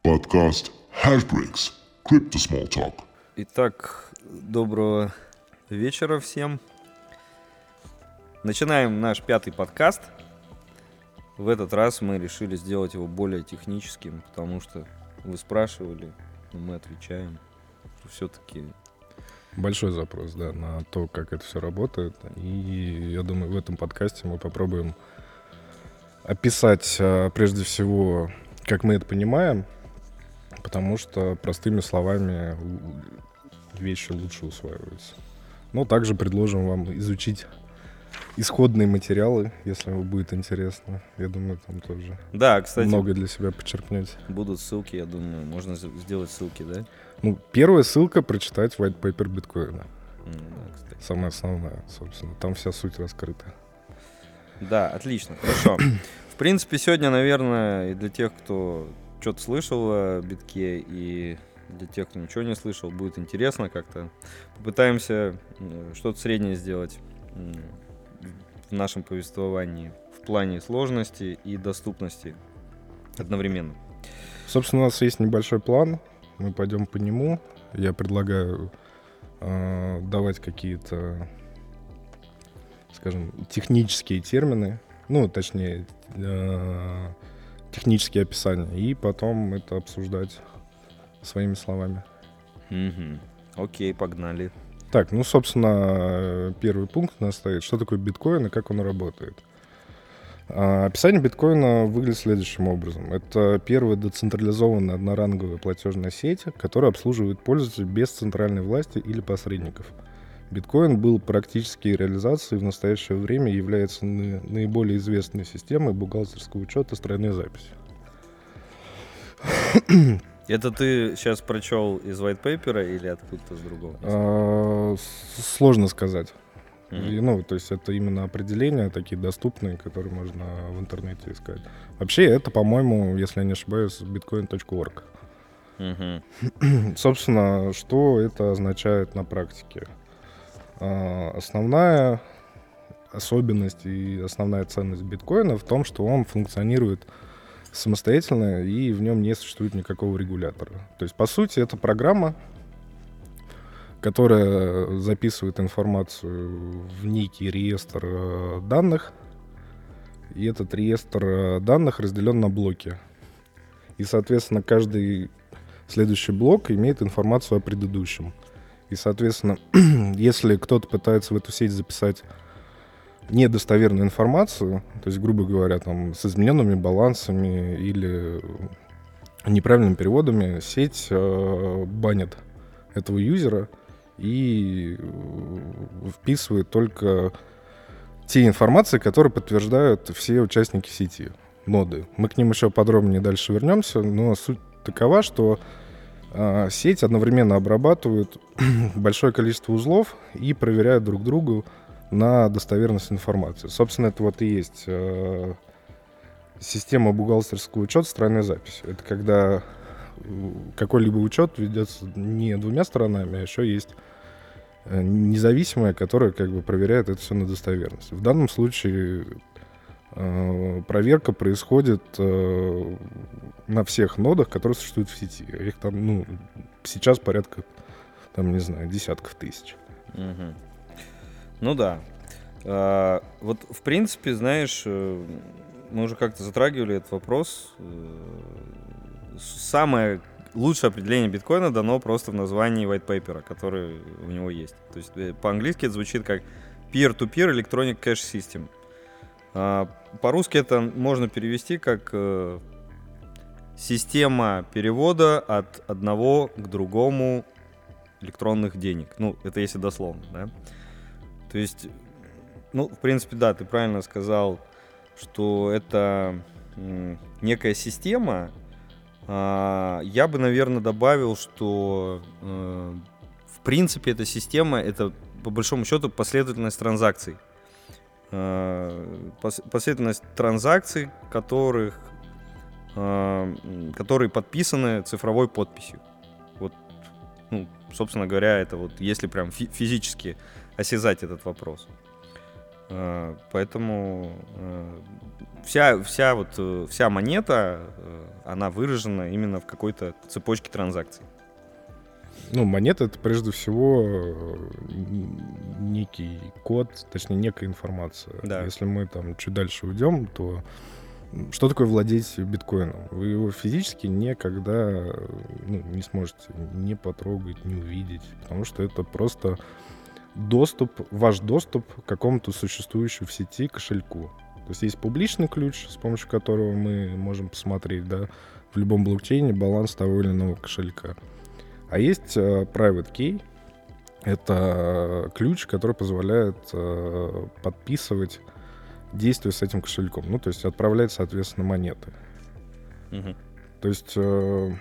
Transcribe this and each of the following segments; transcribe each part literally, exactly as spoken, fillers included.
Подкаст Hashbricks. Crypto Small Talk. Итак, доброго вечера всем. Начинаем наш пятый подкаст. В этот раз мы решили сделать его более техническим, потому что вы спрашивали, но мы отвечаем. Все-таки большой запрос, да, на то, как это все работает. И я думаю, в этом подкасте мы попробуем описать, прежде всего, как мы это понимаем, потому что простыми словами вещи лучше усваиваются. Но также предложим вам изучить исходные материалы, если вам будет интересно. Я думаю, там тоже да, кстати, много для себя почерпнете. Будут ссылки, я думаю, можно сделать ссылки, да? Ну, первая ссылка — прочитать white paper биткоина. Mm, да, кстати. Самая основная, собственно. Там вся суть раскрыта. Да, отлично, хорошо. В принципе, сегодня, наверное, и для тех, кто что-то слышал о битке, и для тех, кто ничего не слышал, будет интересно как-то. Попытаемся что-то среднее сделать в нашем повествовании в плане сложности и доступности одновременно. Собственно, у нас есть небольшой план. Мы пойдем по нему. Я предлагаю э, давать какие-то, скажем, технические термины, ну, точнее, э, технические описания, и потом это обсуждать своими словами. Угу. Окей, погнали. Так, ну, собственно, первый пункт у нас стоит. Что такое биткоин и как он работает? Описание биткоина выглядит следующим образом. Это первая децентрализованная одноранговая платежная сеть, которая обслуживает пользователей без центральной власти или посредников. Биткоин был практически реализацией и в настоящее время является наиболее известной системой бухгалтерского учета с тройной записью. Это ты сейчас прочел из white paper или откуда-то с другого? А, сложно сказать. Mm-hmm. И, ну, то есть это именно определения такие доступные, которые можно в интернете искать. Вообще это, по-моему, если я не ошибаюсь, биткоин точка орг. Mm-hmm. Собственно, что это означает на практике? А, основная особенность и основная ценность биткоина в том, что он функционирует самостоятельно, и в нем не существует никакого регулятора. То есть, по сути, это программа, которая записывает информацию в некий реестр данных, и этот реестр данных разделен на блоки. И, соответственно, каждый следующий блок имеет информацию о предыдущем. И, соответственно, если кто-то пытается в эту сеть записать недостоверную информацию, то есть, грубо говоря, там, с измененными балансами или неправильными переводами, сеть э, банит этого юзера и вписывает только те информации, которые подтверждают все участники сети, ноды. Мы к ним еще подробнее дальше вернемся, но суть такова, что э, сеть одновременно обрабатывает большое количество узлов и проверяет друг другу на достоверность информации. Собственно, это вот и есть э, система бухгалтерского учета с тройной записью. Это когда какой-либо учет ведется не двумя сторонами, а еще есть независимая, которая как бы проверяет это все на достоверность. В данном случае э, проверка происходит э, на всех нодах, которые существуют в сети. Их там, ну, сейчас порядка, там, не знаю, десятков тысяч. Угу. Ну да. А, вот, в принципе, знаешь, мы уже как-то затрагивали этот вопрос. Самое лучшее определение биткоина дано просто в названии white paper, который у него есть. То есть по-английски это звучит как peer-to-peer electronic cash system. А, по-русски это можно перевести как э, система перевода от одного к другому электронных денег. Ну, это если дословно, да? То есть, ну, в принципе, да, ты правильно сказал, что это м, некая система. А, я бы, наверное, добавил, что, э, в принципе, эта система — это, по большому счету, последовательность транзакций. Э, пос- последовательность транзакций, которых, э, которые подписаны цифровой подписью. Вот, ну, собственно говоря, это вот если прям фи- физически осязать этот вопрос. Э, Поэтому э, вся, вся, вот, э, вся монета, э, она выражена именно в какой-то цепочке транзакций. Ну, монета — это прежде всего э, н- некий код, точнее, некая информация. Да. Если мы там чуть дальше уйдем, то м, что такое владеть биткоином? Вы его физически никогда э, ну, не сможете ни потрогать, ни увидеть, потому что это просто доступ, ваш доступ к какому-то существующему в сети кошельку. То есть есть публичный ключ, с помощью которого мы можем посмотреть, да, в любом блокчейне баланс того или иного кошелька. А есть э, private key. Это э, ключ, который позволяет э, подписывать действия с этим кошельком. Ну, то есть отправлять, соответственно, монеты. Мгм. То есть, э,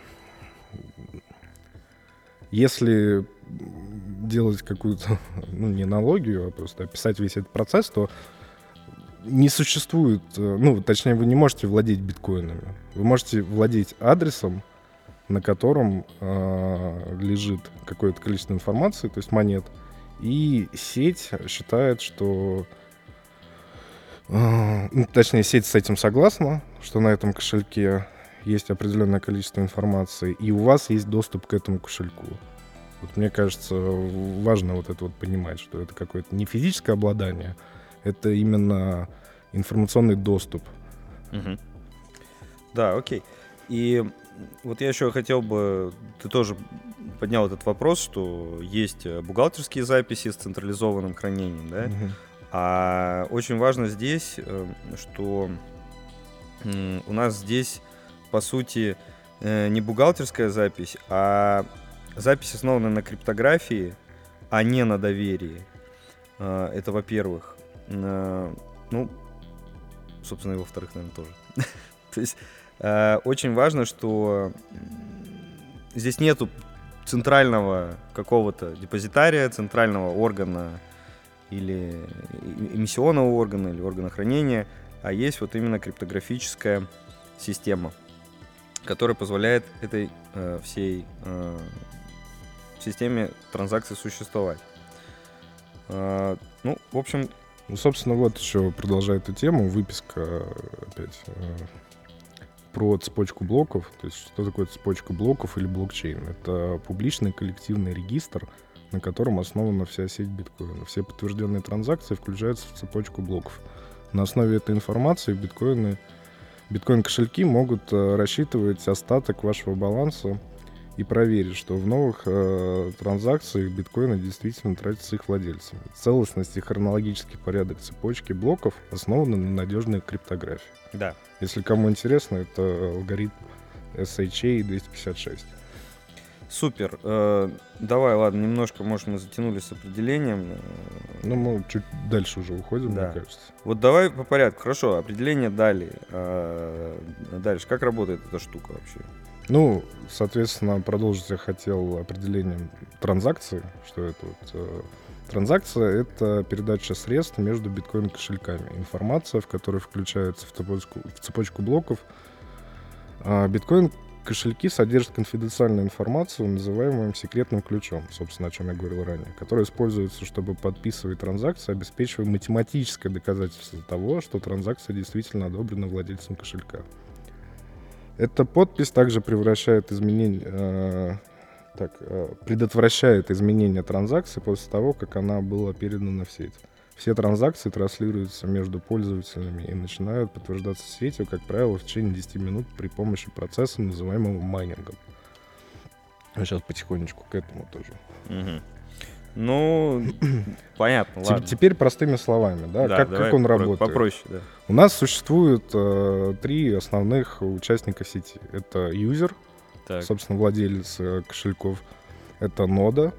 если делать какую-то, ну, не аналогию, а просто описать весь этот процесс, то не существует, э, ну, точнее, вы не можете владеть биткоинами. Вы можете владеть адресом, на котором э, лежит какое-то количество информации, то есть монет, и сеть считает, что... э, ну, точнее, сеть с этим согласна, что на этом кошельке есть определенное количество информации, и у вас есть доступ к этому кошельку. Вот мне кажется, важно вот это вот понимать, что это какое-то не физическое обладание, это именно информационный доступ. Мгм. Да, окей. И вот я еще хотел бы, ты тоже поднял этот вопрос, что есть э, бухгалтерские записи с централизованным хранением, да? Мгм. А очень важно здесь, э, что м, у нас здесь, по сути, э, не бухгалтерская запись, а запись, основанная на криптографии, а не на доверии. Э, Это, во-первых. Э, Ну, собственно, и во-вторых, наверное, тоже. То есть э, очень важно, что м, здесь нету центрального какого-то депозитария, центрального органа или э- эмиссионного органа, или органа хранения, а есть вот именно криптографическая система, которая позволяет этой э, всей э, системе транзакций существовать. Э, ну, в общем, Ну, собственно, вот еще продолжая эту тему, выписка э, опять э, про цепочку блоков. То есть, что такое цепочка блоков или блокчейн? Это публичный коллективный регистр, на котором основана вся сеть биткоина. Все подтвержденные транзакции включаются в цепочку блоков. На основе этой информации биткоины, биткоин-кошельки могут э, рассчитывать остаток вашего баланса и проверить, что в новых э, транзакциях биткоина действительно тратятся их владельцами. Целостность и хронологический порядок цепочки блоков основаны на надежной криптографии. да. Если кому интересно, это алгоритм эс эйч эй двести пятьдесят шесть. Супер. Э, давай, ладно, немножко, может, мы затянули с определением. Э, Ну, мы чуть дальше уже уходим, Да. мне кажется. Вот давай по порядку. Хорошо, определение дали. А, дальше, как работает эта штука вообще? Ну, соответственно, продолжить я хотел определением транзакции, что это вот... э, Транзакция — это передача средств между биткоин-кошельками. Информация, в которой включается в цепочку, в цепочку блоков. А биткоин-кошельки содержат конфиденциальную информацию, называемую секретным ключом, собственно, о чем я говорил ранее, который используется, чтобы подписывать транзакции, обеспечивая математическое доказательство того, что транзакция действительно одобрена владельцем кошелька. Эта подпись также превращает изменения... э, Так, э, предотвращает изменение транзакции после того, как она была передана в сеть. Все транзакции транслируются между пользователями и начинают подтверждаться сетью, как правило, в течение десяти минут при помощи процесса, называемого майнингом. А сейчас потихонечку к этому тоже. Мгм. Ну, понятно, Те- ладно. Теперь простыми словами, да, Да, как, давай как он попро- работает. Попроще, да. У нас существует э, три основных участника сети. Это юзер, Так. собственно, владелец э, кошельков. Это нода,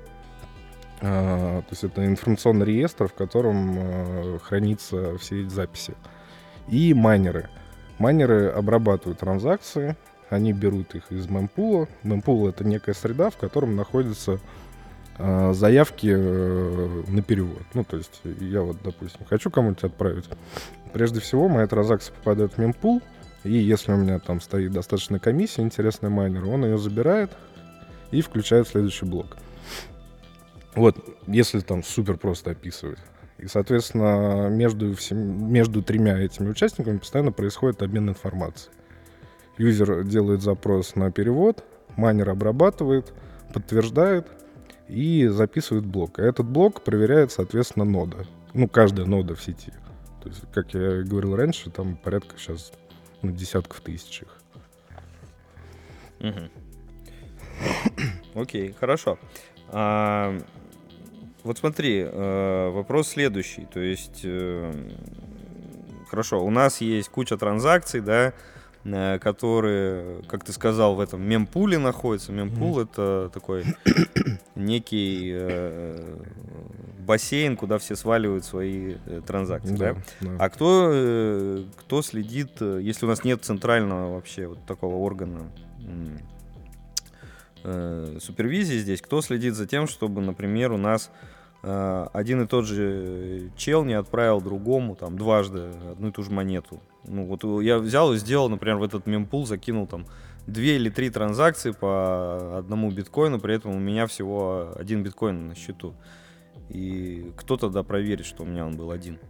э, то есть это информационный реестр, в котором э, хранится все эти записи. И майнеры. Майнеры обрабатывают транзакции, они берут их из мемпула. Мемпул — это некая среда, в котором находятся э, заявки э, на перевод. Ну, то есть я вот, допустим, хочу кому-нибудь отправить. Прежде всего, моя транзакция попадает в мемпул, и если у меня там стоит достаточная комиссия, интересная майнеру, он ее забирает и включает в следующий блок. Вот, если там супер просто описывать. И, соответственно, между, всем, между тремя этими участниками постоянно происходит обмен информацией. Юзер делает запрос на перевод, майнер обрабатывает, подтверждает и записывает блок. А этот блок проверяет, соответственно, нода. Ну, каждая нода в сети. То есть, как я говорил раньше, там порядка сейчас ну, десятков тысяч их. Угу. Окей, хорошо. А, вот смотри, э, вопрос следующий. То есть, э, хорошо, у нас есть куча транзакций, да, э, которые, как ты сказал, в этом мемпуле находятся. Мемпул mm-hmm. — это такой некий э, бассейн, куда все сваливают свои э, транзакции, да? Да, да. А кто, э, кто следит, если у нас нет центрального вообще вот такого органа э, супервизии здесь, кто следит за тем, чтобы, например, у нас э, один и тот же чел не отправил другому там дважды одну и ту же монету? Ну вот я взял и сделал, например, в этот мемпул закинул там две или три транзакции по одному биткоину, при этом у меня всего один биткоин на счету. И кто тогда проверит, что у меня он был один?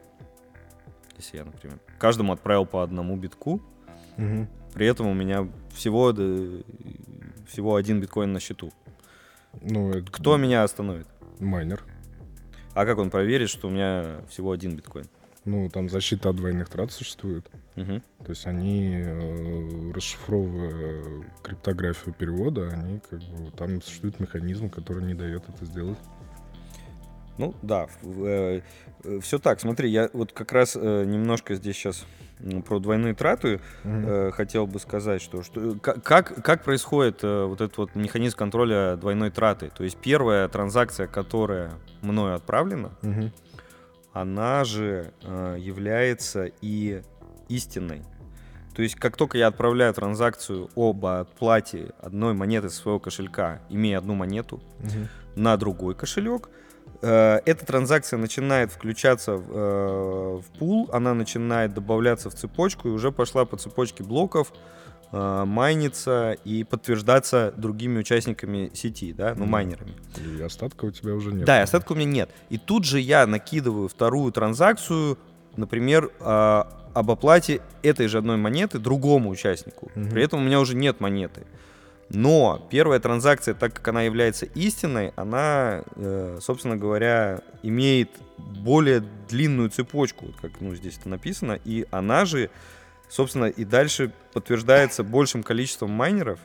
Если я, например, каждому отправил по одному битку, угу. при этом у меня всего, да, всего один биткоин на счету. Ну, это... Кто меня остановит? Майнер. А как он проверит, что у меня всего один биткоин? Ну, там защита от двойных трат существует. Угу. То есть они, э, расшифровывая криптографию перевода, они как бы там существует механизм, который не дает это сделать. Ну да, э, э, все так. Смотри, я вот как раз э, немножко здесь сейчас ну, про двойные траты mm-hmm. э, хотел бы сказать, что, что как, как происходит э, вот этот вот механизм контроля двойной траты. То есть первая транзакция, которая мною отправлена, mm-hmm. она же э, является и истинной. То есть как только я отправляю транзакцию об оплате одной монеты со своего кошелька, имея одну монету, mm-hmm. на другой кошелек, эта транзакция начинает включаться в, э, в пул, она начинает добавляться в цепочку и уже пошла по цепочке блоков, э, майниться и подтверждаться другими участниками сети, да, ну, майнерами. И остатка у тебя уже нет. Да, и остатка у меня нет. И тут же я накидываю вторую транзакцию, например, э, об оплате этой же одной монеты другому участнику. Угу. При этом у меня уже нет монеты. Но первая транзакция, так как она является истинной, она, э, собственно говоря, имеет более длинную цепочку, как ну, здесь это написано, и она же, собственно, и дальше подтверждается большим количеством майнеров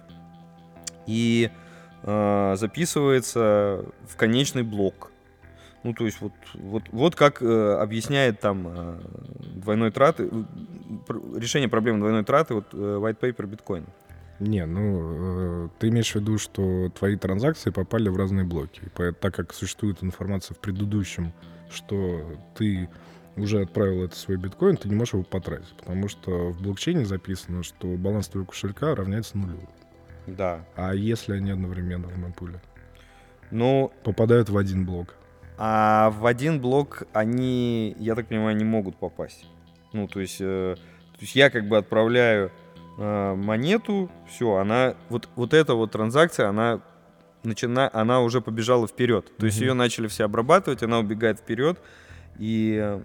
и э, записывается в конечный блок. Ну, то есть вот, вот, вот как э, объясняет там э, двойной траты, решение проблемы двойной траты вот, э, white paper биткоина. Не, ну, э, ты имеешь в виду, что твои транзакции попали в разные блоки. И так как существует информация в предыдущем, что ты уже отправил это свой биткоин, ты не можешь его потратить. Потому что в блокчейне записано, что баланс твоего кошелька равняется нулю. Да. А если они одновременно в мемпуле? Ну... Попадают в один блок. А в один блок они, я так понимаю, не могут попасть. Ну, то есть, э, то есть я как бы отправляю монету, все, она вот, вот эта вот транзакция, она начина, она уже побежала вперед. То есть mm-hmm. ее начали все обрабатывать, она убегает вперед, и,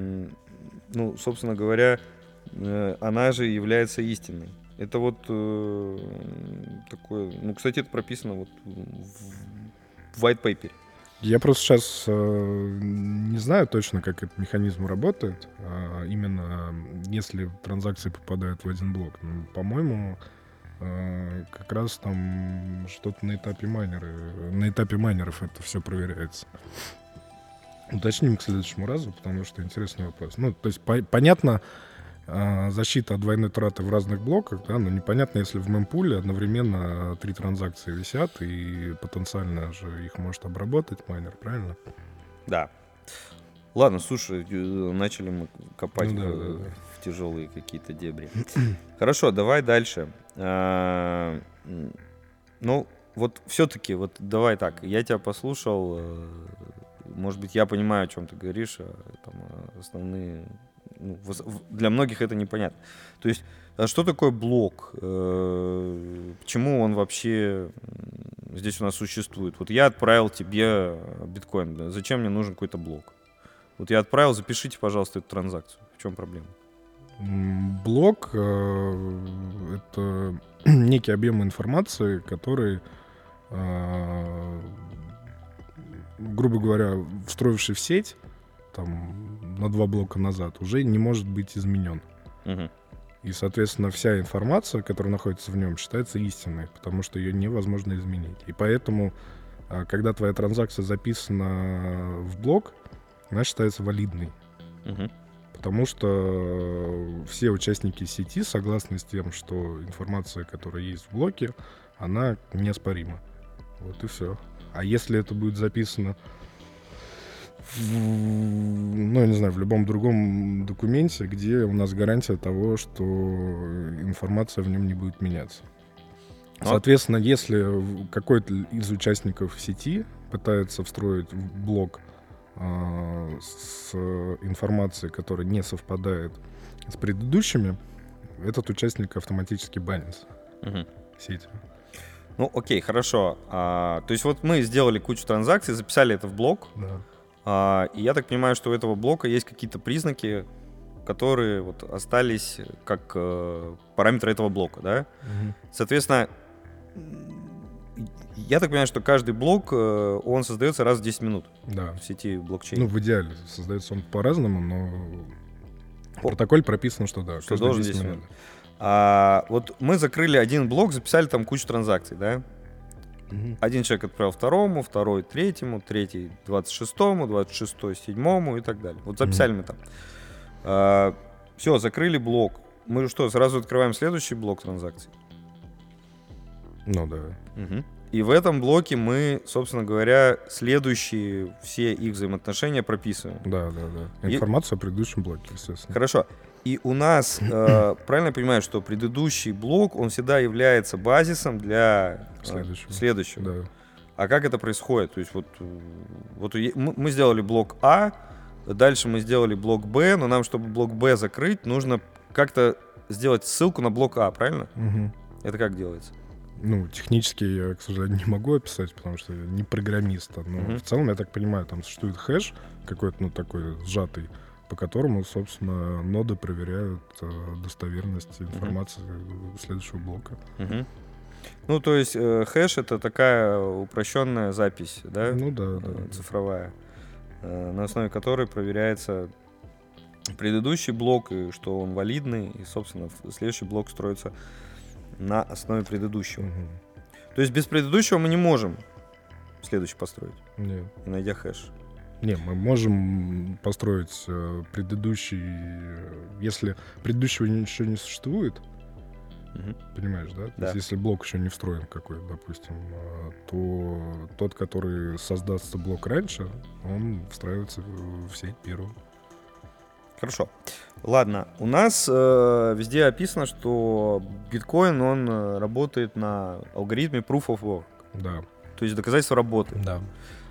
ну, собственно говоря, она же является истинной. Это вот э, такое, ну, кстати, это прописано вот в, в white paper. Я просто сейчас э, не знаю точно, как этот механизм работает, а именно если транзакции попадают в один блок. Ну, по-моему, э, как раз там что-то на этапе майнера, на этапе майнеров это все проверяется. Уточним к следующему разу, потому что интересный вопрос. Ну, то есть по- понятно, э, защита от двойной траты в разных блоках, да, но непонятно, если в мемпуле одновременно три транзакции висят, и потенциально же их может обработать майнер, правильно? Да. Ладно, слушай, начали мы копать ну, да, в, да, да. в тяжелые какие-то дебри. Хорошо, давай дальше. А, ну, вот все-таки, вот давай так, я тебя послушал, может быть, я понимаю, о чем ты говоришь, там, основные... Ну, для многих это непонятно. То есть, а что такое блок? Почему он вообще здесь у нас существует? Вот я отправил тебе биткоин. Зачем мне нужен какой-то блок? Вот я отправил, запишите, пожалуйста, эту транзакцию. В чем проблема? Блок э, — это некий объем информации, который, э, грубо говоря, встроивший в сеть там, на два блока назад, уже не может быть изменен. Угу. И, соответственно, вся информация, которая находится в нем, считается истинной, потому что ее невозможно изменить. И поэтому, э, когда твоя транзакция записана в блок, она считается валидной. Угу. Потому что все участники сети согласны с тем, что информация, которая есть в блоке, она неоспорима. Вот и все. А если это будет записано в, ну, я не знаю, в любом другом документе, где у нас гарантия того, что информация в нем не будет меняться. Соответственно, если какой-то из участников сети пытается встроить в блок с информацией, которая не совпадает с предыдущими, этот участник автоматически банится угу. сетью. Ну, окей, хорошо. А, то есть вот мы сделали кучу транзакций, записали это в блок. Да. А, и я так понимаю, что у этого блока есть какие-то признаки, которые вот остались как э, параметры этого блока, да? Угу. Соответственно, я так понимаю, что каждый блок, он создается раз в десять минут да. в сети блокчейна. Ну, в идеале. Создается он по-разному, но в протоколе прописано, что да, что должен десять минут. А, вот мы закрыли один блок, записали там кучу транзакций, да? Угу. Один человек отправил второму, второй третьему, третий двадцать шестому, двадцать шестой седьмому и так далее. Вот записали угу. мы там. А, все, закрыли блок. Мы что, сразу открываем следующий блок транзакций? Ну да. Угу. И в этом блоке мы, собственно говоря, следующие все их взаимоотношения прописываем. Да, да, да. Информацию и... о предыдущем блоке, естественно. Хорошо. И у нас, э, правильно я понимаю, что предыдущий блок, он всегда является базисом для э, следующего. следующего. Да. А как это происходит? То есть вот, вот мы сделали блок А, дальше мы сделали блок Б, но нам, чтобы блок Б закрыть, нужно как-то сделать ссылку на блок А, правильно? Угу. Это как делается? Ну, технически я, к сожалению, не могу описать, потому что я не программист. Но uh-huh. в целом, я так понимаю, там существует хэш какой-то, ну, такой сжатый, по которому, собственно, ноды проверяют э, достоверность информации uh-huh. следующего блока. Uh-huh. Ну, то есть э, хэш — это такая упрощенная запись, да? Ну, да, да. Э, цифровая, э, на основе которой проверяется предыдущий блок, и что он валидный, и, собственно, следующий блок строится на основе предыдущего. Угу. То есть без предыдущего мы не можем следующий построить, Нет. найдя хэш. Не, мы можем построить э, предыдущий, э, если предыдущего еще не существует, угу. понимаешь, да? То да. есть если блок еще не встроен какой-то, допустим, э, то тот, который создастся блок раньше, он встраивается в сеть первым. Хорошо. Ладно, у нас э, везде описано, что биткоин, он э, работает на алгоритме Proof of Work. Да. То есть доказательство работы. Да.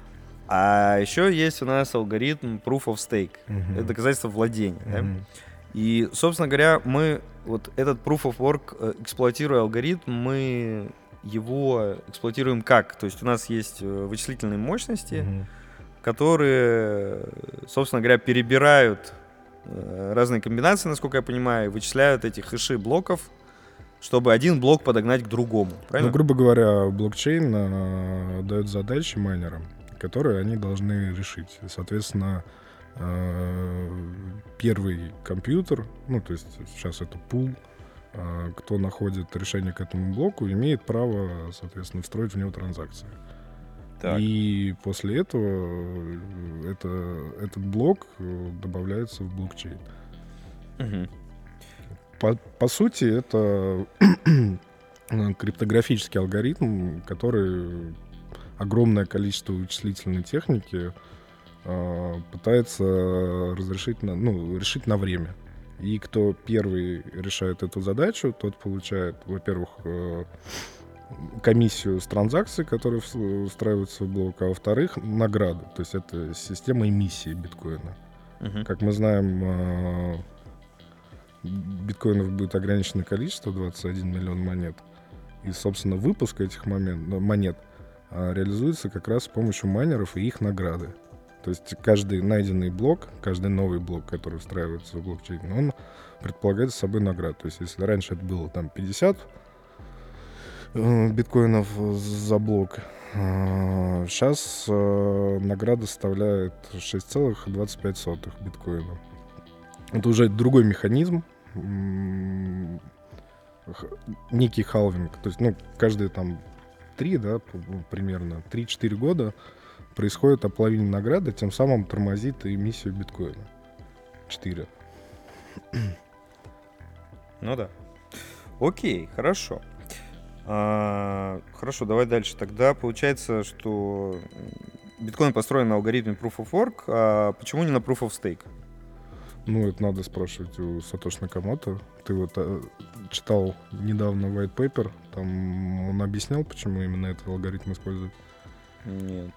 А еще есть у нас алгоритм Proof of Stake. Угу. Это доказательство владения. Угу. Да? И, собственно говоря, мы вот этот Proof of Work, э, эксплуатируя алгоритм, мы его эксплуатируем как? То есть у нас есть вычислительные мощности, угу. которые, собственно говоря, перебирают разные комбинации, насколько я понимаю, вычисляют эти хэши блоков, чтобы один блок подогнать к другому. Правильно? Ну, грубо говоря, блокчейн э, дает задачи майнерам, которые они должны решить. И, соответственно, э, первый компьютер, ну, то есть сейчас это пул, э, кто находит решение к этому блоку, имеет право, соответственно, встроить в него транзакции. Так. И после этого это, этот блок добавляется в блокчейн. Угу. По, по сути, это криптографический алгоритм, который огромное количество вычислительной техники э, пытается разрешить на, ну, решить на время. И кто первый решает эту задачу, тот получает, во-первых, э, комиссию с транзакций, которые встраиваются в блок, а во-вторых, награду. То есть это система эмиссии биткоина. Uh-huh. Как мы знаем, биткоинов будет ограниченное количество, двадцать один миллион монет. И, собственно, выпуск этих момент, монет реализуется как раз с помощью майнеров и их награды. То есть каждый найденный блок, каждый новый блок, который встраивается в блокчейн, он предполагает собой награду. То есть если раньше это было там пятьдесят э, биткоинов за блок, э, сейчас э, награда составляет шесть целых двадцать пять сотых биткоина. Это уже другой механизм, м- х- некий халвинг. То есть, ну, каждые там три, да, п- примерно три-четыре года происходит ополовинение награды, тем самым тормозит эмиссию биткоина. четыре. Ну да. Окей, хорошо. А, хорошо, давай дальше. Тогда получается, что биткоин построен на алгоритме Proof of Work, а почему не на Proof of Stake? Ну, это надо спрашивать у Сатоши Накамото. Ты вот э, читал недавно white paper, там он объяснял, почему именно этот алгоритм используют? Нет.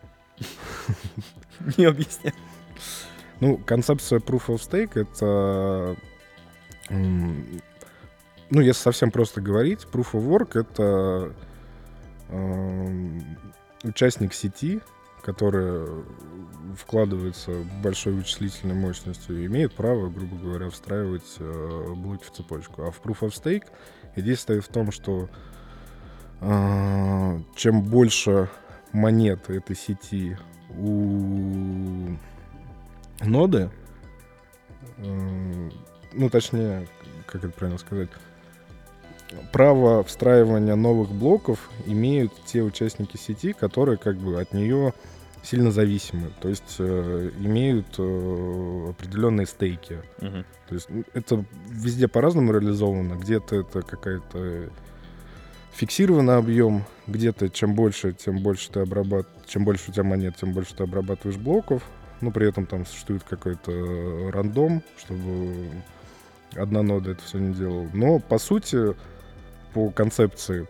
Не объясняй. Ну, концепция Proof of Stake — это... м, Ну, если совсем просто говорить, Proof of Work — это эм, участник сети, который вкладывается большой вычислительной мощностью, имеет право, грубо говоря, встраивать э, блоки в цепочку. А в Proof of Stake идея стоит в том, что э, чем больше монет этой сети у ноды, э, ну, точнее, как это правильно сказать, право встраивания новых блоков имеют те участники сети, которые как бы от нее сильно зависимы, то есть э, имеют э, определенные стейки. Мгм. То есть м, это везде по-разному реализовано. Где-то это какая-то фиксированный объем, где-то чем больше, тем больше ты обрабат... чем больше у тебя монет, тем больше ты обрабатываешь блоков. Но при этом там существует какой-то рандом, чтобы одна нода это все не делала. Но по сути, по концепции,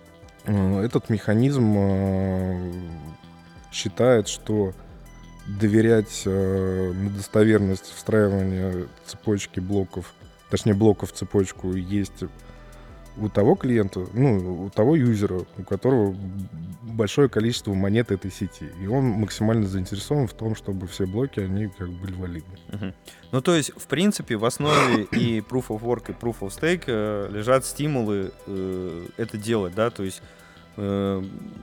э, этот механизм э, считает, что доверять э, на достоверность встраивания цепочки блоков, точнее блоков в цепочку, есть у того клиента, ну, у того юзера, у которого большое количество монет этой сети. И он максимально заинтересован в том, чтобы все блоки, они как бы были валидны. Мгм. Ну, то есть, в принципе, в основе и Proof of Work, и Proof of Stake э, лежат стимулы э, это делать, да, то есть э,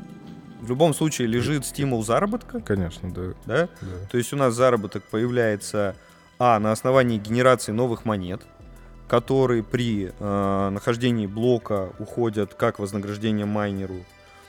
в любом случае лежит стимул заработка, Конечно, да. да, да. то есть у нас заработок появляется, а, на основании генерации новых монет, которые при э, нахождении блока уходят как вознаграждение майнеру,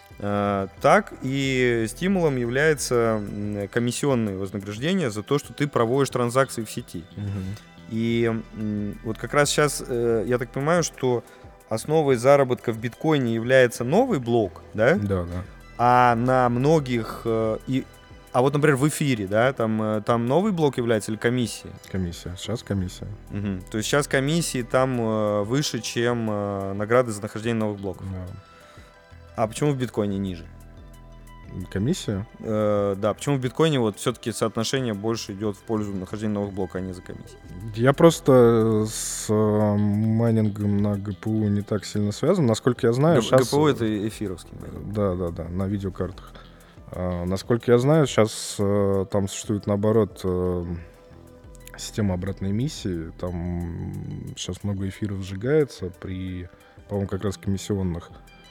э, так и стимулом является м, комиссионное вознаграждение за то, что ты проводишь транзакции в сети. Мгм. И м, вот как раз сейчас, э, я так понимаю, что основой заработка в биткоине является новый блок, да? Да, да. А на многих... э, и, а вот, например, в эфире, да, там, э, там новый блок является или комиссия? Комиссия. Сейчас комиссия. Мгм. То есть сейчас комиссии там э, выше, чем э, награды за нахождение новых блоков. Да. А почему в биткоине ниже? Комиссия? Э, да, почему в биткоине вот все-таки соотношение больше идет в пользу нахождения новых блоков, а не за комиссию? Я просто с э, майнингом на ГПУ не так сильно связан. Насколько я знаю, Г- сейчас... ГПУ это эфировский майнинг. Да, да, да, на видеокартах. А, насколько я знаю, сейчас э, там существует, наоборот, э, система обратной эмиссии. Там сейчас много эфиров сжигается при, по-моему, как раз комиссионных.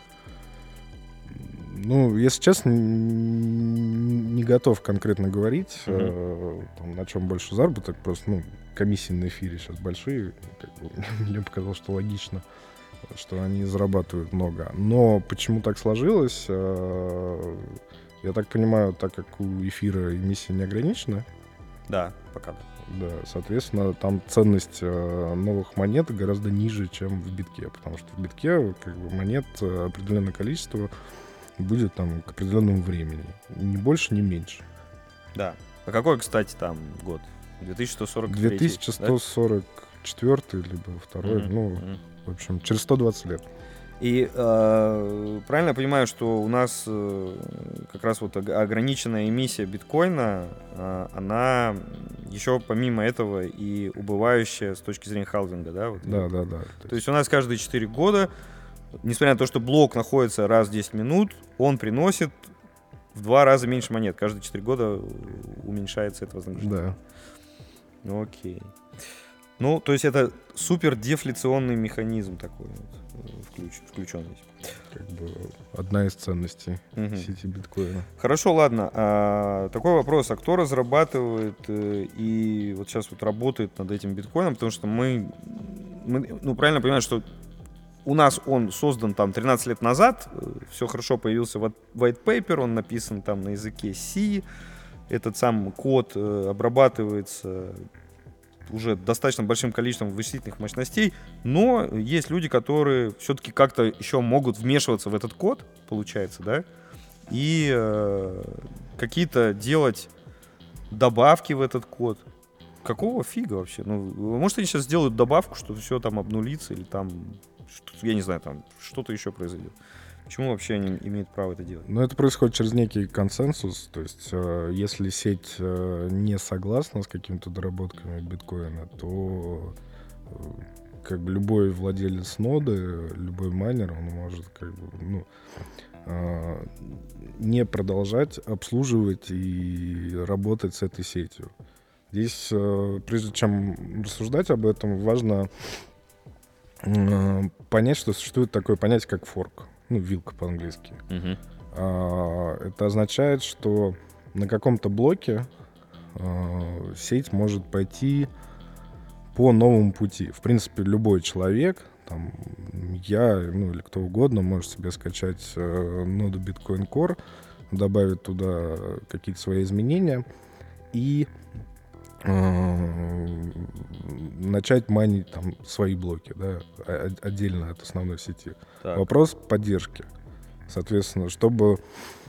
Ну, если честно, н- не готов конкретно говорить, Мгм. э, там, на чем больше заработок. Просто, ну, комиссии на эфире сейчас большие. Как бы, мне показалось, что логично, что они зарабатывают много. Но почему так сложилось? э, Я так понимаю, так как у эфира эмиссия не ограничена, Да, пока да. да, соответственно, там ценность э, новых монет гораздо ниже, чем в битке, потому что в битке как бы монет э, определенное количество будет там к определенному времени, ни больше, ни меньше. Да. А какой, кстати, там год? две тысячи сто сорок третий, две тысячи сто сорок четвёртый либо да? второй, Мгм, ну, мгм. в общем, через сто двадцать лет. И э, правильно я понимаю, что у нас э, как раз вот ог- ограниченная эмиссия биткоина, э, она еще помимо этого и убывающая с точки зрения халвинга, да? Вот. Да, да, да. То есть у нас каждые четыре года, несмотря на то, что блок находится раз в десять минут, он приносит в два раза меньше монет. Каждые четыре года уменьшается это вознаграждение. Да. Ну, окей. Ну, то есть это супер дефляционный механизм такой вот, включ, включенный. Как бы одна из ценностей Мгм. сети биткоина. Хорошо, ладно. А, такой вопрос. А кто разрабатывает э, и вот сейчас вот работает над этим биткоином? Потому что мы, мы ну, правильно понимаем, что у нас он создан там тринадцать лет назад, все хорошо, появился вот white paper, он написан там на языке C, этот сам код э, обрабатывается уже достаточно большим количеством вычислительных мощностей, но есть люди, которые все-таки как-то еще могут вмешиваться в этот код, получается, да, и э, какие-то делать добавки в этот код. Какого фига вообще? Ну, может, они сейчас сделают добавку, что все там обнулится, или там, что- я не знаю, там что-то еще произойдет. Почему вообще они имеют право это делать? Но это происходит через некий консенсус. То есть, э, если сеть э, не согласна с какими-то доработками биткоина, то э, как бы любой владелец ноды, любой майнер, он может как бы, ну, э, не продолжать обслуживать и работать с этой сетью. Здесь, э, прежде чем рассуждать об этом, важно э, понять, что существует такое понятие, как форк. Ну, вилка по-английски. Мгм. А, Это означает, что на каком-то блоке а, сеть может пойти по новому пути. В принципе, любой человек, там, я, ну или кто угодно, может себе скачать э, ноду Bitcoin Core, добавить туда какие-то свои изменения и э, начать майнить там свои блоки, да, о- отдельно от основной сети. Так. Вопрос поддержки. Соответственно, чтобы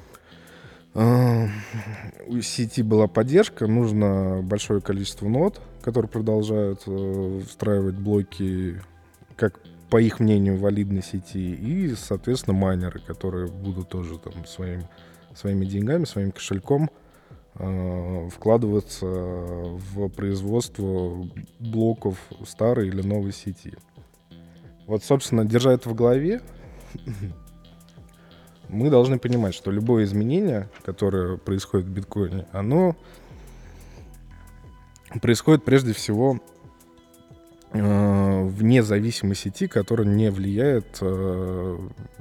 э, у сети была поддержка, нужно большое количество нод, которые продолжают э, встраивать блоки, как по их мнению, валидной сети, и, соответственно, майнеры, которые будут тоже там своим, своими деньгами, своим кошельком э, вкладываться в производство блоков старой или новой сети. Вот, собственно, держа это в голове, мы должны понимать, что любое изменение, которое происходит в биткоине, оно происходит прежде всего э, вне зависимой сети, которая не влияет э,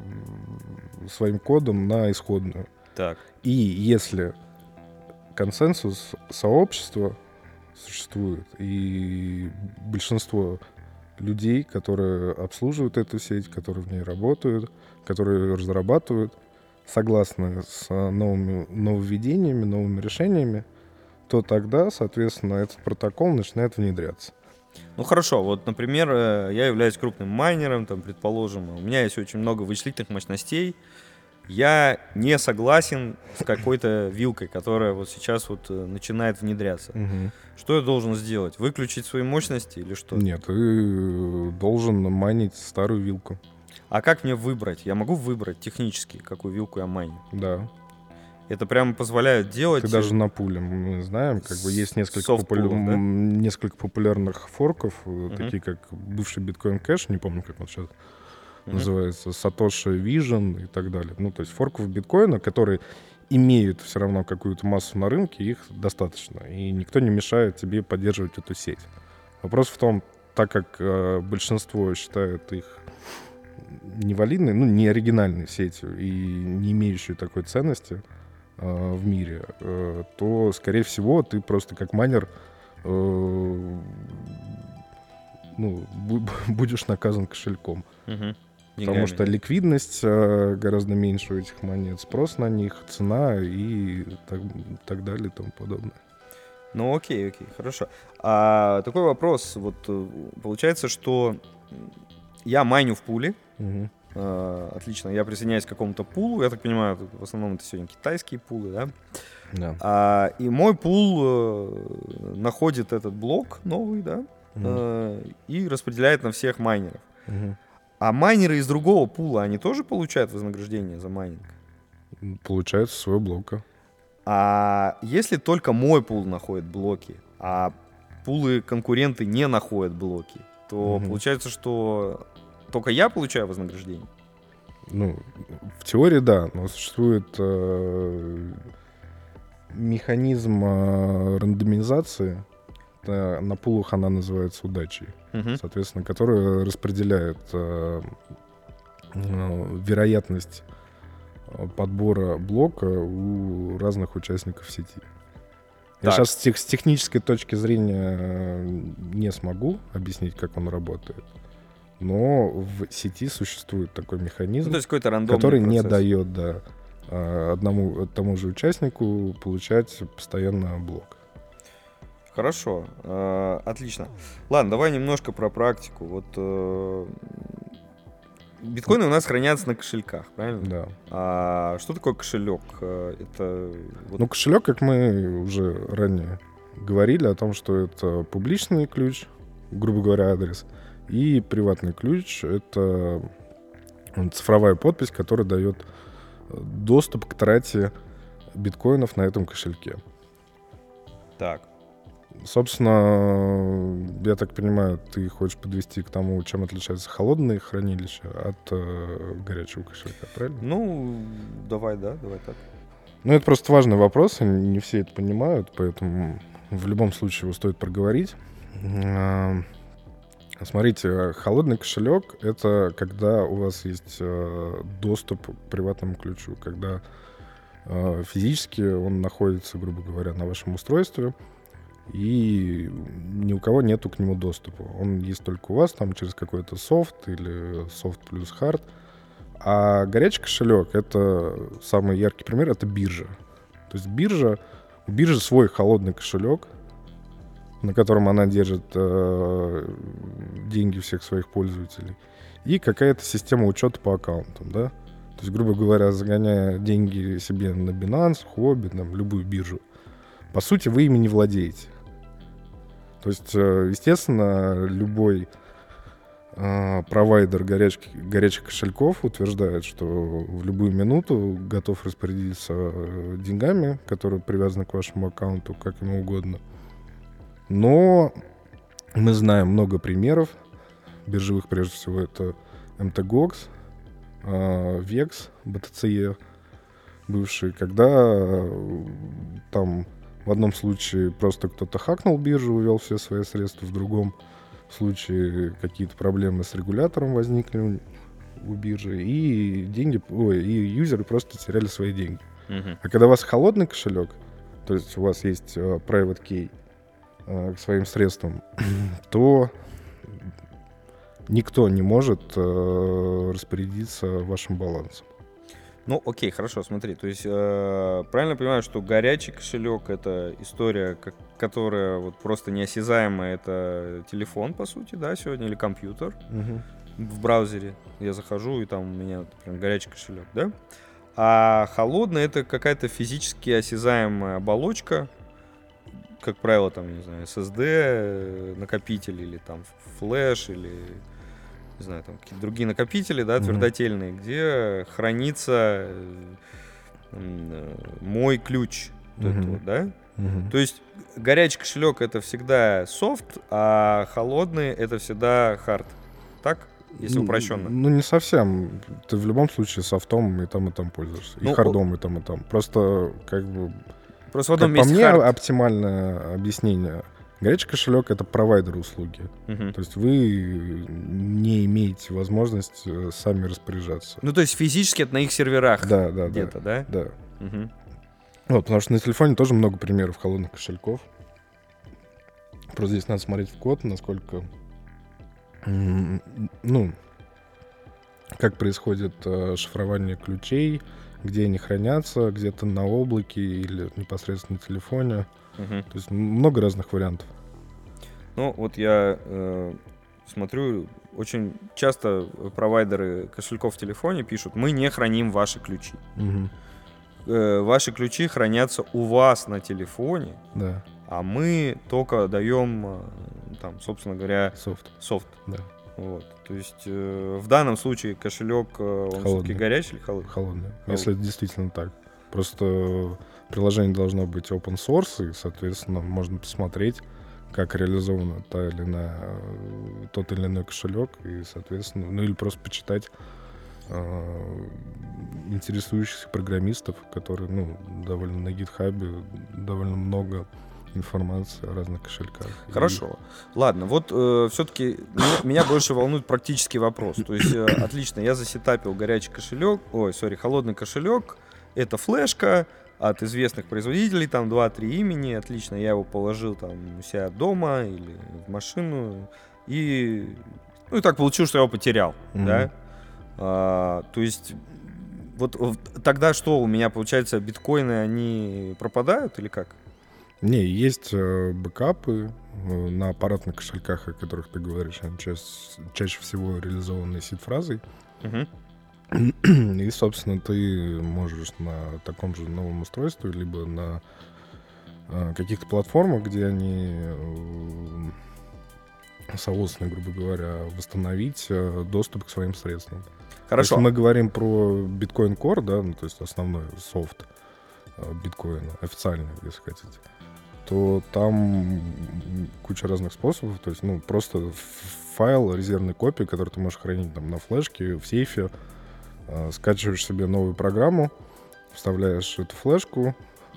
своим кодом на исходную. Так. И если консенсус сообщества существует, и большинство людей, которые обслуживают эту сеть, которые в ней работают, которые ее разрабатывают, согласны с новыми нововведениями, новыми решениями, то тогда, соответственно, этот протокол начинает внедряться. Ну хорошо, вот, например, э, я являюсь крупным майнером, там, предположим, у меня есть очень много вычислительных мощностей, я не согласен с какой-то вилкой, которая вот сейчас вот э, начинает внедряться. Мгм. Что я должен сделать? Выключить свои мощности или что? Нет, ты должен майнить старую вилку. А как мне выбрать? Я могу выбрать технически, какую вилку я майню? Да. Это прямо позволяет делать... Ты даже на пуле, мы знаем, как бы есть несколько, Софт-пулов, популя- да? м, несколько популярных форков, э, Мгм. такие как бывший биткоин кэш, не помню, как он сейчас Мгм. называется, Satoshi Vision и так далее. Ну, то есть форков биткоина, которые имеют все равно какую-то массу на рынке, их достаточно. И никто не мешает тебе поддерживать эту сеть. Вопрос в том, так как э, большинство считают их невалидной, ну, не оригинальной сетью и не имеющей такой ценности э, в мире, э, то, скорее всего, ты просто как майнер э, ну, бу- будешь наказан кошельком. Мгм. Потому Деньгами, что да? ликвидность э, гораздо меньше у этих монет, спрос на них, цена и так, так далее и тому подобное. Ну окей, окей, хорошо. А такой вопрос, вот э, получается, что м, я майню в пуле, Мгм. э, отлично, я присоединяюсь к какому-то пулу, я так понимаю, в основном это сегодня китайские пулы, да? Да. А, и мой пул э, находит этот блок новый, да, Мгм. э, и распределяет на всех майнеров. Мгм. А майнеры из другого пула, они тоже получают вознаграждение за майнинг? Получается своего блока. А если только мой пул находит блоки, а пулы конкуренты не находят блоки, то Мгм. получается, что только я получаю вознаграждение? Ну, в теории, да, но существует э, механизм э, рандомизации. Это на пулах она называется удачей. Мгм. Соответственно, который распределяет э, э, вероятность э, подбора блока у разных участников сети. Я Так. сейчас с, тех- с технической точки зрения э, не смогу объяснить, как он работает, но в сети существует такой Ну, механизм, то есть какой-то рандомный который не процесс. дает да, э, одному тому же участнику получать постоянно блок. Хорошо, э, отлично. Ладно, давай немножко про практику. Вот э, биткоины у нас хранятся на кошельках, правильно? Да. А что такое кошелек? Э, Это вот- Ну, кошелек, как мы уже ранее говорили, о том, что это публичный ключ, грубо говоря, адрес, и приватный ключ — это цифровая подпись, которая дает доступ к трате биткоинов на этом кошельке. так. Собственно, я так понимаю, ты хочешь подвести к тому, чем отличаются холодные хранилища от э, горячего кошелька, правильно? Ну, давай, да, давай так. Ну, это просто важный вопрос, и не все это понимают, поэтому в любом случае его стоит проговорить. А, Смотрите, холодный кошелек — это когда у вас есть э, доступ к приватному ключу, когда э, физически он находится, грубо говоря, на вашем устройстве, и ни у кого нету к нему доступа. Он есть только у вас, там через какой-то софт или софт плюс хард. А горячий кошелек — это самый яркий пример, это биржа. То есть биржа, у биржи свой холодный кошелек, на котором она держит э, деньги всех своих пользователей, и какая-то система учета по аккаунтам, да. То есть, грубо говоря, загоняя деньги себе на Binance, Huobi, там, любую биржу, по сути, вы ими не владеете. То есть, э, естественно, любой э, провайдер горячих, горячих кошельков утверждает, что в любую минуту готов распорядиться э, деньгами, которые привязаны к вашему аккаунту, как ему угодно. Но мы знаем много примеров биржевых, прежде всего, это эм тэ джи о экс, э, векс, би ти си и, бывший, когда э, там в одном случае просто кто-то хакнул биржу, увел все свои средства, в другом случае какие-то проблемы с регулятором возникли у биржи, и деньги, ой, и юзеры просто теряли свои деньги. Мгм. А когда у вас холодный кошелек, то есть у вас есть э, private key э, к своим средствам, то никто не может э, распорядиться вашим балансом. Ну, окей, хорошо, смотри. То есть, э, правильно понимаю, что горячий кошелек — это история, как- которая вот просто неосязаемая. Это телефон, по сути, да, сегодня, или компьютер в браузере. Я захожу, и там у меня, например, горячий кошелек, да? А холодный — это какая-то физически осязаемая оболочка, как правило, там, не знаю, эс эс ди, э, накопитель, или там флеш, или, не знаю, там какие-то другие накопители, да, Мгм. твердотельные, где хранится э, м, э, мой ключ, вот это Мгм. вот, да? Мгм. То есть горячий кошелек — это всегда софт, а холодный — это всегда хард. Так? Если Ну, упрощенно. Ну, не совсем. Ты в любом случае софтом и там, и там пользуешься. Ну, И хардом, и там, и там. Просто, как бы, Просто в одном как по месте мне, хард. оптимальное объяснение. Горячий кошелек — это провайдер услуги. Мгм. То есть вы не имеете возможность э, сами распоряжаться. Ну, то есть физически это на их серверах Да, да, где-то, да. да? Да. Мгм. Вот, потому что на телефоне тоже много примеров холодных кошельков. Просто здесь надо смотреть в код, насколько... м, Ну, как происходит э, шифрование ключей, где они хранятся, где-то на облаке или непосредственно на телефоне. Мгм. То есть много разных вариантов. Ну, вот я э, смотрю, очень часто провайдеры кошельков в телефоне пишут: мы не храним ваши ключи. Мгм. Э, ваши ключи хранятся у вас на телефоне, Да, а мы только даем, э, там, собственно говоря, софт. софт. Да, Вот. То есть э, в данном случае кошелек, э, он все-таки Холодный. горячий или холодный? холодно. Холодно. Если это действительно так. Просто приложение должно быть open source, и, соответственно, можно посмотреть, как реализована та или иная, э, тот или иной кошелек, и, соответственно, ну или просто почитать э, интересующихся программистов, которые, ну, довольно на гитхабе, довольно много информации о разных кошельках. Хорошо. И... Ладно, вот э, все-таки меня, меня больше волнует практический вопрос. То есть, э, отлично, я засетапил горячий кошелек, ой, сори, холодный кошелек, это флешка от известных производителей, там два-три имени, отлично, я его положил там у себя дома или в машину, и, ну, и так получилось, что я его потерял, mm-hmm. да? А, то есть, вот тогда что, у меня, получается, биткоины, они пропадают или как? Не, есть э, бэкапы э, на аппаратных кошельках, о которых ты говоришь, они ча- чаще всего реализованы сид-фразой. Uh-huh. И, собственно, ты можешь на таком же новом устройстве, либо на э, каких-то платформах, где они э, соответственно, грубо говоря, восстановить э, доступ к своим средствам. Хорошо. Если мы говорим про Bitcoin Core, да, ну, то есть основной софт э, биткоина, официальный, если хотите, то там куча разных способов. То есть, ну, просто файл резервной копии, который ты можешь хранить там на флешке, в сейфе, э, скачиваешь себе новую программу, вставляешь эту флешку,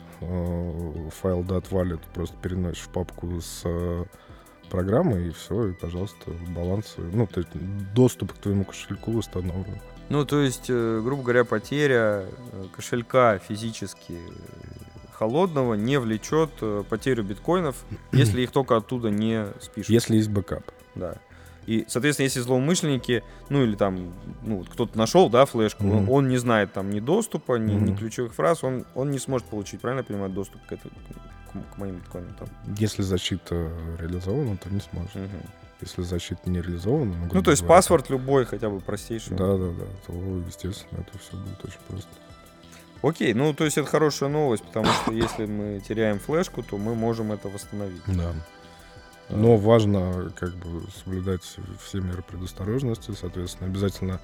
э, файл .dat-wallet просто переносишь в папку с э, программой, и все, и, пожалуйста, баланс, ну, то есть доступ к твоему кошельку установлен. Ну, то есть, э, грубо говоря, потеря кошелька физически холодного не влечет потерю биткоинов, если их только оттуда не спишут. Если есть бэкап. Да. И, соответственно, если злоумышленники, ну или там, ну, кто-то нашел, да, флешку, mm-hmm. он, он не знает там ни доступа, ни, mm-hmm. ни ключевых фраз, он, он не сможет получить, правильно я понимаю, доступ к, это, к, к моим биткоинам там. Если защита реализована, то не сможет. Mm-hmm. Если защита не реализована... Ну, ну то есть говоря, паспорт любой, хотя бы простейший. Да-да-да, то, естественно, это все будет очень просто. Окей, ну то есть это хорошая новость, потому что если мы теряем флешку, то мы можем это восстановить. Да. Но важно как бы соблюдать все меры предосторожности, соответственно, обязательно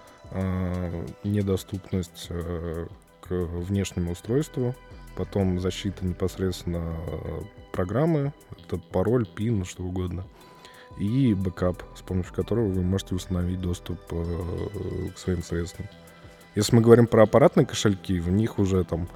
э, недоступность э, к внешнему устройству, потом защита непосредственно программы, это пароль, пин, что угодно, и бэкап, с помощью которого вы можете установить доступ э, к своим средствам. Если мы говорим про аппаратные кошельки, в них уже там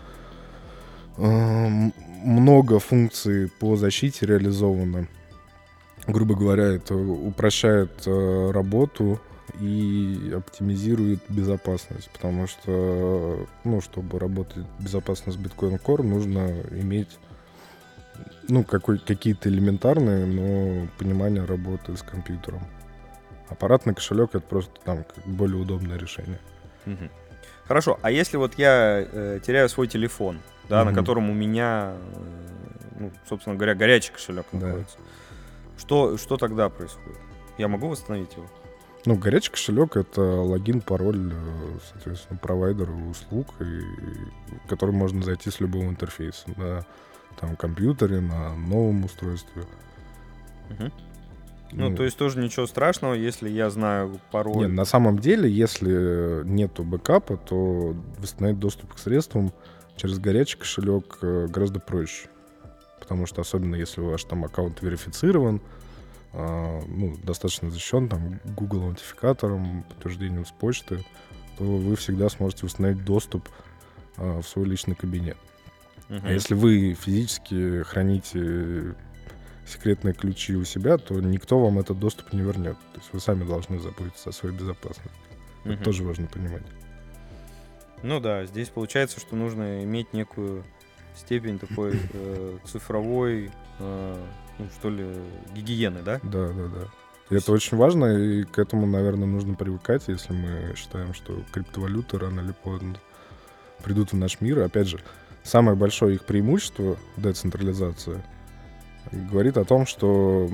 э, много функций по защите реализовано. Грубо говоря, это упрощает э, работу и оптимизирует безопасность, потому что, ну, чтобы работать безопасно с Bitcoin Core, нужно иметь, ну, какой, какие-то элементарные, но понимание работы с компьютером. Аппаратный кошелек — это просто там как более удобное решение. Угу. Хорошо, а если вот я э, теряю свой телефон, да, угу. на котором у меня, э, ну, собственно говоря, горячий кошелек находится, да. что, что тогда происходит? Я могу восстановить его? Ну, горячий кошелек — это логин, пароль, соответственно, провайдера услуг, и, в который можно зайти с любого интерфейса, на там, компьютере, на новом устройстве. Угу. Ну, ну, то есть тоже ничего страшного, если я знаю пароль. Нет, на самом деле, если нету бэкапа, то восстановить доступ к средствам через горячий кошелек гораздо проще. Потому что, особенно если ваш там аккаунт верифицирован, э, ну, достаточно защищен там Google аутентификатором, подтверждением с почты, то вы всегда сможете восстановить доступ э, в свой личный кабинет. Uh-huh. А если вы физически храните секретные ключи у себя, то никто вам этот доступ не вернет. То есть вы сами должны заботиться о своей безопасности. Uh-huh. Это тоже важно понимать. Ну да, здесь получается, что нужно иметь некую степень такой э, цифровой, э, ну, что ли, гигиены, да? Да, да, да. И это очень важно, и к этому, наверное, нужно привыкать, если мы считаем, что криптовалюты рано или поздно придут в наш мир. Опять же, самое большое их преимущество, децентрализация, говорит о том, что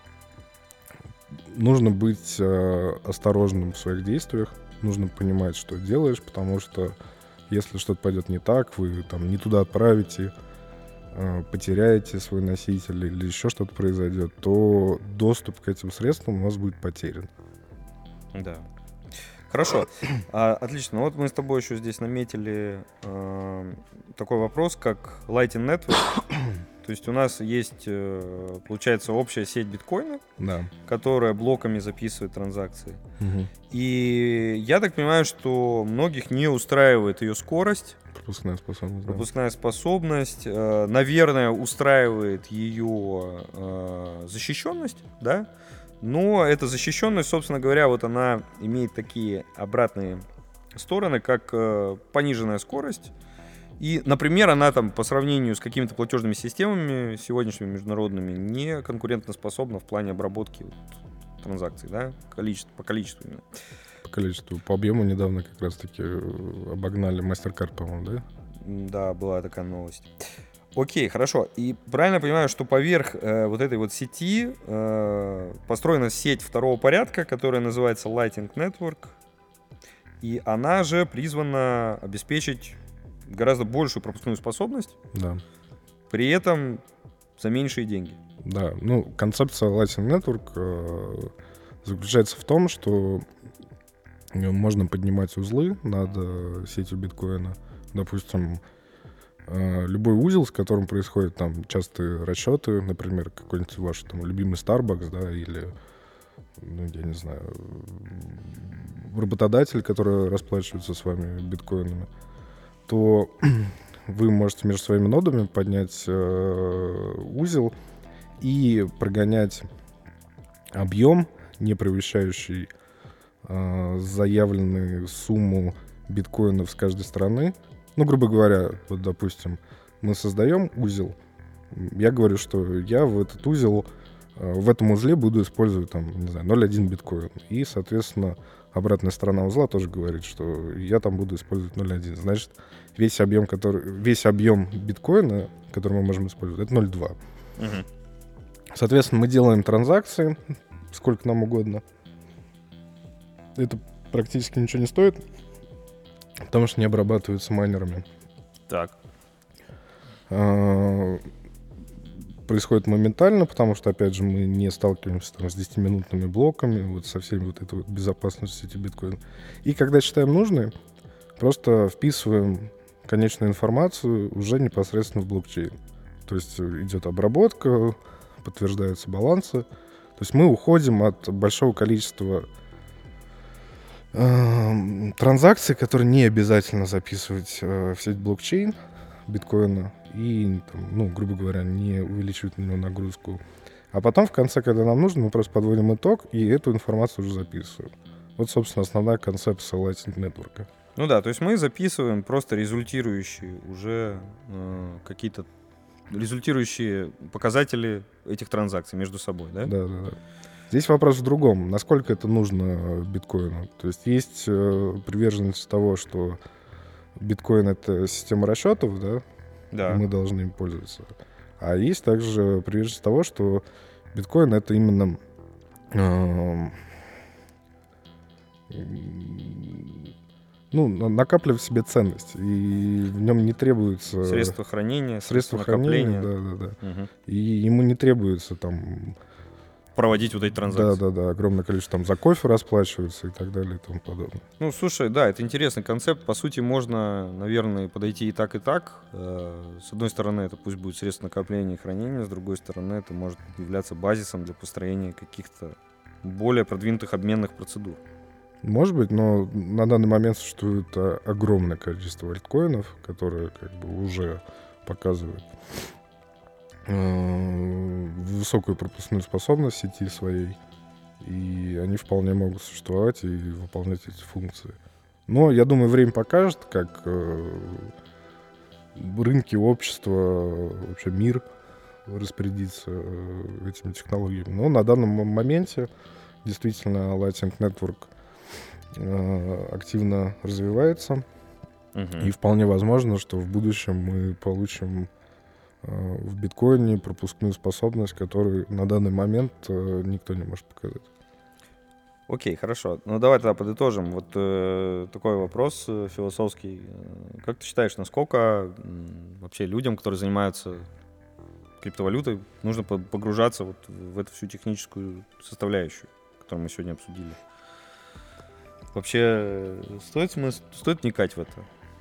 нужно быть э, осторожным в своих действиях, нужно понимать, что делаешь, потому что если что-то пойдет не так, вы там не туда отправите, э, потеряете свой носитель или еще что-то произойдет, то доступ к этим средствам у вас будет потерян. Да. Хорошо. А, отлично. Вот мы с тобой еще здесь наметили э, такой вопрос, как Lightning Network. То есть у нас есть, получается, общая сеть биткоина, Да. которая блоками записывает транзакции. Мгм. И я так понимаю, что многих не устраивает ее скорость, Пропускная способность. да. пропускная способность. э, Наверное, устраивает ее э, защищенность, да? Но эта защищенность, собственно говоря, вот она имеет такие обратные стороны, как э, пониженная скорость. И, например, она там по сравнению с какими-то платежными системами сегодняшними международными не конкурентоспособна в плане обработки вот транзакций, да, количество, по количеству именно. По количеству. По объему недавно как раз-таки э, обогнали MasterCard, по-моему, да? М, Да, была такая новость. Окей, хорошо. И правильно понимаю, что поверх э, вот этой вот сети э, построена сеть второго порядка, которая называется Lightning Network. И она же призвана обеспечить гораздо большую пропускную способность, Да. при этом за меньшие деньги. Да, ну, концепция Lightning Network э, заключается в том, что э, можно поднимать узлы над э, сетью биткоина. Допустим, э, любой узел, с которым происходят там частые расчеты, например, какой-нибудь ваш там любимый Starbucks, да, или, ну, я не знаю, работодатель, который расплачивается с вами биткоинами, то вы можете между своими нодами поднять э, узел и прогонять объем, не превышающий э, заявленную сумму биткоинов с каждой стороны. Ну, грубо говоря, вот, допустим, мы создаем узел. Я говорю, что я в этот узел, э, в этом узле буду использовать, там, не знаю, ноль целых одна биткоин. И, соответственно, обратная сторона узла тоже говорит, что я там буду использовать ноль целых одна. Значит, весь объем, который, весь объем биткоина, который мы можем использовать, это ноль целых два. Мгм. Соответственно, мы делаем транзакции, сколько нам угодно. Это практически ничего не стоит, потому что не обрабатываются майнерами. Так. А, Происходит моментально, потому что, опять же, мы не сталкиваемся там с десятиминутными блоками, вот со всеми вот этой вот безопасностью сети биткоин. И когда считаем нужной, просто вписываем конечную информацию уже непосредственно в блокчейн. То есть идет обработка, подтверждаются балансы. То есть мы уходим от большого количества э, транзакций, которые не обязательно записывать э, в сеть блокчейн биткоина и, там, ну, грубо говоря, не увеличивать на него нагрузку. А потом в конце, когда нам нужно, мы просто подводим итог и эту информацию уже записываем. Вот, собственно, основная концепция Lightning Network. Ну да, то есть мы записываем просто результирующие уже э, какие-то результирующие показатели этих транзакций между собой, да? Да, да, да. Здесь вопрос в другом. Насколько это нужно биткоину? То есть есть э, приверженность того, что биткоин — это система расчетов, да? Да. И мы должны им пользоваться. А есть также приверженность того, что биткоин — это именно э, ну, на- накапливать в себе ценность. И в нем не требуется... Средства хранения, Средства средства накопления. хранения, да, да, да. Мгм. И ему не требуется там... Проводить вот эти транзакции. Да, да, да, огромное количество там за кофе расплачиваться и так далее и тому подобное. Ну, слушай, да, это интересный концепт. По сути, можно, наверное, подойти и так, и так. Э, С одной стороны, это пусть будет средство накопления и хранения, с другой стороны, это может являться базисом для построения каких-то более продвинутых обменных процедур. Может быть, но на данный момент существует а, огромное количество альткоинов, которые как бы уже показывают э, высокую пропускную способность сети своей, и они вполне могут существовать и выполнять эти функции. Но я думаю, время покажет, как э, рынки, общество, вообще мир распорядится э, этими технологиями. Но на данном м- моменте действительно Lightning Network э, активно развивается. Мгм. И вполне возможно, что в будущем мы получим э, в биткоине пропускную способность, которую на данный момент э, никто не может показать. Окей, хорошо. Ну, давай тогда подытожим. Вот э, такой вопрос э, философский. Э, Как ты считаешь, насколько м, вообще людям, которые занимаются криптовалютой, нужно по- погружаться вот в эту всю техническую составляющую, которую мы сегодня обсудили? Вообще, э, стоит, смыс- стоит вникать в это?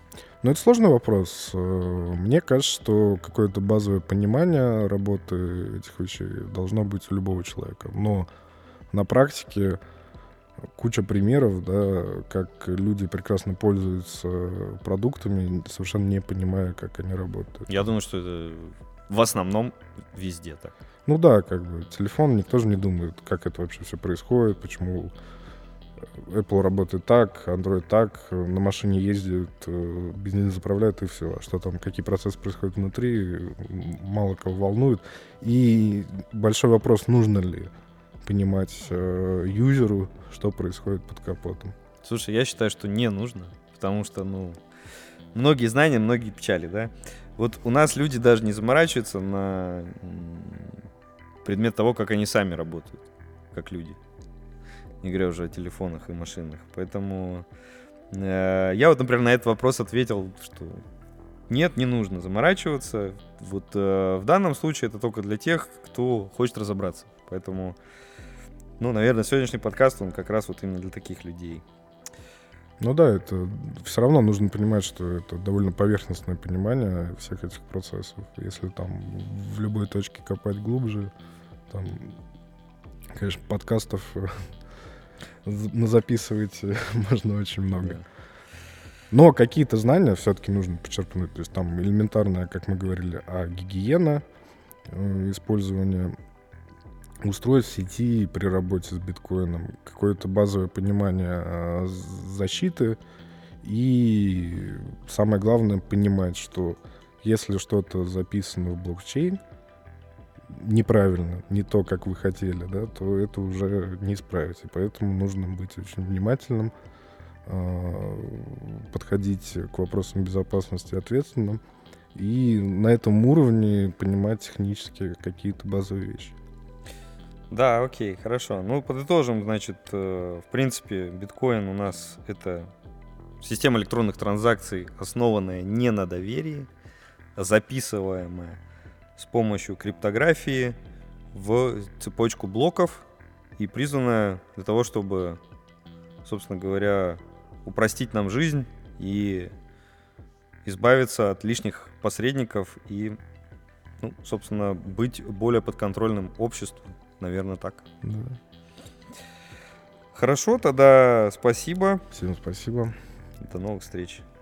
Ну, это сложный вопрос. Э, Мне кажется, что какое-то базовое понимание работы этих вещей должно быть у любого человека. Но на практике куча примеров, да, как люди прекрасно пользуются продуктами, совершенно не понимая, как они работают. Я думаю, что это в основном везде так. Ну да, как бы телефон, никто же не думает, как это вообще все происходит, почему Apple работает так, Android так, на машине ездит, э, бензин заправляет и все. А что там, какие процессы происходят внутри, м, мало кого волнует. И большой вопрос, нужно ли понимать э, юзеру, что происходит под капотом. Слушай, я считаю, что не нужно, потому что, ну, многие знания, многие печали, да? Вот у нас люди даже не заморачиваются на м, предмет того, как они сами работают, как люди. Не говоря уже о телефонах и машинах. Поэтому э, я вот, например, на этот вопрос ответил, что нет, не нужно заморачиваться. Вот э, в данном случае это только для тех, кто хочет разобраться. Поэтому, ну, наверное, сегодняшний подкаст, он как раз вот именно для таких людей. Ну да, это все равно нужно понимать, что это довольно поверхностное понимание всех этих процессов. Если там в любой точке копать глубже, там, конечно, подкастов записывать можно очень много. Да. Но какие-то знания все-таки нужно подчеркнуть. То есть там элементарная, как мы говорили, а гигиена э, использования устройств в сети при работе с биткоином, какое-то базовое понимание э, защиты и самое главное понимать, что если что-то записано в блокчейн неправильно, не то, как вы хотели, да, то это уже не исправить. И поэтому нужно быть очень внимательным, подходить к вопросам безопасности ответственно и на этом уровне понимать технически какие-то базовые вещи. Да, окей, хорошо. Ну, подытожим, значит, э, в принципе, биткоин у нас это система электронных транзакций, основанная не на доверии, а записываемая с помощью криптографии в цепочку блоков и призванная для того, чтобы, собственно говоря, упростить нам жизнь и избавиться от лишних посредников и, ну, собственно, быть более подконтрольным обществу. Наверное, так. Да. Хорошо, тогда спасибо. Всем спасибо. До новых встреч.